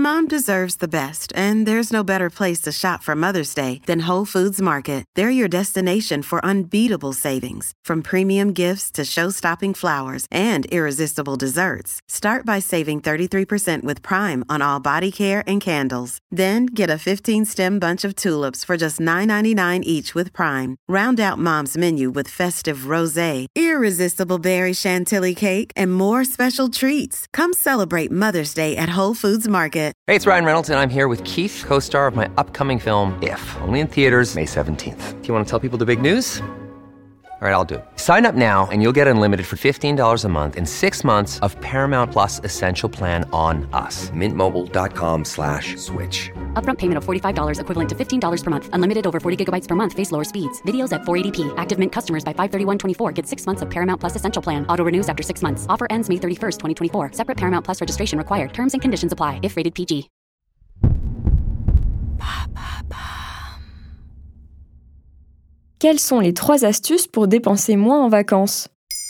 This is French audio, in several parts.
Mom deserves the best, and there's no better place to shop for Mother's Day than Whole Foods Market. They're your destination for unbeatable savings, from premium gifts to show-stopping flowers and irresistible desserts. Start by saving 33% with Prime on all body care and candles. Then get a 15-stem bunch of tulips for just $9.99 each with Prime. Round out Mom's menu with festive rosé, irresistible berry chantilly cake, and more special treats. Come celebrate Mother's Day at Whole Foods Market. Hey, it's Ryan Reynolds, and I'm here with Keith, co-star of my upcoming film, If, only in theaters May 17th. Do you want to tell people the big news? All right, I'll do it. Sign up now and you'll get unlimited for $15 a month and 6 months of Paramount Plus Essential Plan on us. MintMobile.com/switch. Upfront payment of $45 equivalent to $15 per month. Unlimited over 40 gigabytes per month. Face lower speeds. Videos at 480p. Active Mint customers by 531.24 get 6 months of Paramount Plus Essential Plan. Auto renews after 6 months. Offer ends May 31st, 2024. Separate Paramount Plus registration required. Terms and conditions apply if rated PG. Quelles sont les 3 astuces pour dépenser moins en vacances ?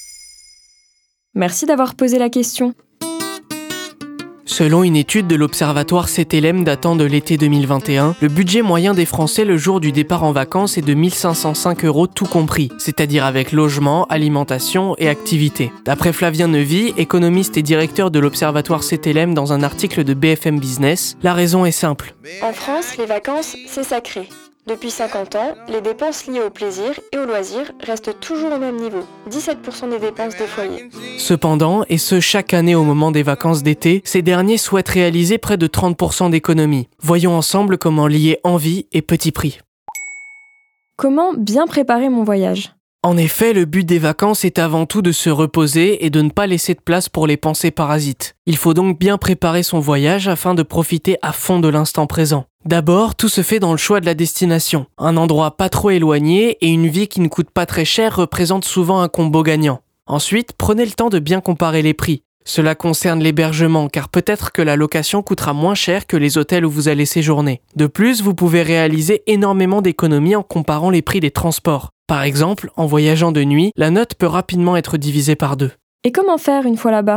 Merci d'avoir posé la question. Selon une étude de l'Observatoire CTLM datant de l'été 2021, le budget moyen des Français le jour du départ en vacances est de 1 505 € tout compris, c'est-à-dire avec logement, alimentation et activités. D'après Flavien Neuvy, économiste et directeur de l'Observatoire CTLM dans un article de BFM Business, la raison est simple. En France, les vacances, c'est sacré. Depuis 50 ans, les dépenses liées au plaisir et au loisir restent toujours au même niveau, 17% des dépenses des foyers. Cependant, et ce chaque année au moment des vacances d'été, ces derniers souhaitent réaliser près de 30% d'économies. Voyons ensemble comment lier envie et petit prix. Comment bien préparer mon voyage ? En effet, le but des vacances est avant tout de se reposer et de ne pas laisser de place pour les pensées parasites. Il faut donc bien préparer son voyage afin de profiter à fond de l'instant présent. D'abord, tout se fait dans le choix de la destination. Un endroit pas trop éloigné et une vie qui ne coûte pas très cher représente souvent un combo gagnant. Ensuite, prenez le temps de bien comparer les prix. Cela concerne l'hébergement, car peut-être que la location coûtera moins cher que les hôtels où vous allez séjourner. De plus, vous pouvez réaliser énormément d'économies en comparant les prix des transports. Par exemple, en voyageant de nuit, la note peut rapidement être divisée par 2. Et comment faire une fois là-bas ?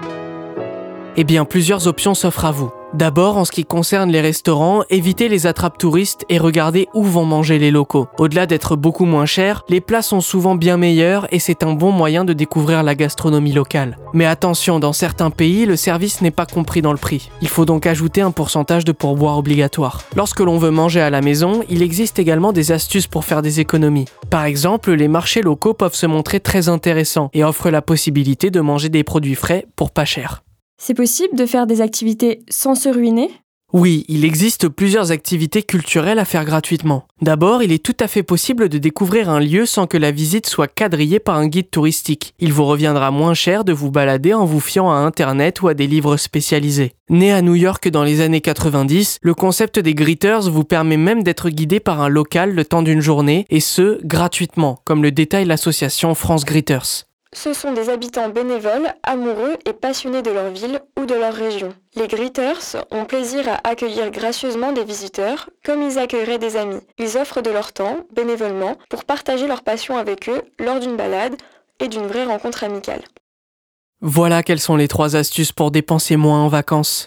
Eh bien, plusieurs options s'offrent à vous. D'abord, en ce qui concerne les restaurants, évitez les attrapes touristes et regardez où vont manger les locaux. Au-delà d'être beaucoup moins chers, les plats sont souvent bien meilleurs et c'est un bon moyen de découvrir la gastronomie locale. Mais attention, dans certains pays, le service n'est pas compris dans le prix. Il faut donc ajouter un pourcentage de pourboire obligatoire. Lorsque l'on veut manger à la maison, il existe également des astuces pour faire des économies. Par exemple, les marchés locaux peuvent se montrer très intéressants et offrent la possibilité de manger des produits frais pour pas cher. C'est possible de faire des activités sans se ruiner ? Oui, il existe plusieurs activités culturelles à faire gratuitement. D'abord, il est tout à fait possible de découvrir un lieu sans que la visite soit quadrillée par un guide touristique. Il vous reviendra moins cher de vous balader en vous fiant à Internet ou à des livres spécialisés. Né à New York dans les années 90, le concept des greeters vous permet même d'être guidé par un local le temps d'une journée, et ce, gratuitement, comme le détaille l'association France Greeters. Ce sont des habitants bénévoles, amoureux et passionnés de leur ville ou de leur région. Les greeters ont plaisir à accueillir gracieusement des visiteurs, comme ils accueilleraient des amis. Ils offrent de leur temps, bénévolement, pour partager leur passion avec eux lors d'une balade et d'une vraie rencontre amicale. Voilà quelles sont les 3 astuces pour dépenser moins en vacances.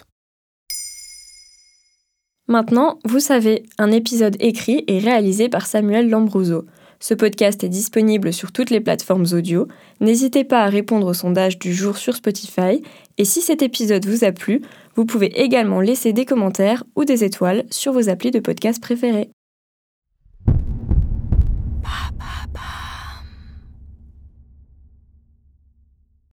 Maintenant, vous savez, un épisode écrit et réalisé par Samuel Lambrouzo. Ce podcast est disponible sur toutes les plateformes audio. N'hésitez pas à répondre au sondage du jour sur Spotify. Et si cet épisode vous a plu, vous pouvez également laisser des commentaires ou des étoiles sur vos applis de podcast préférés.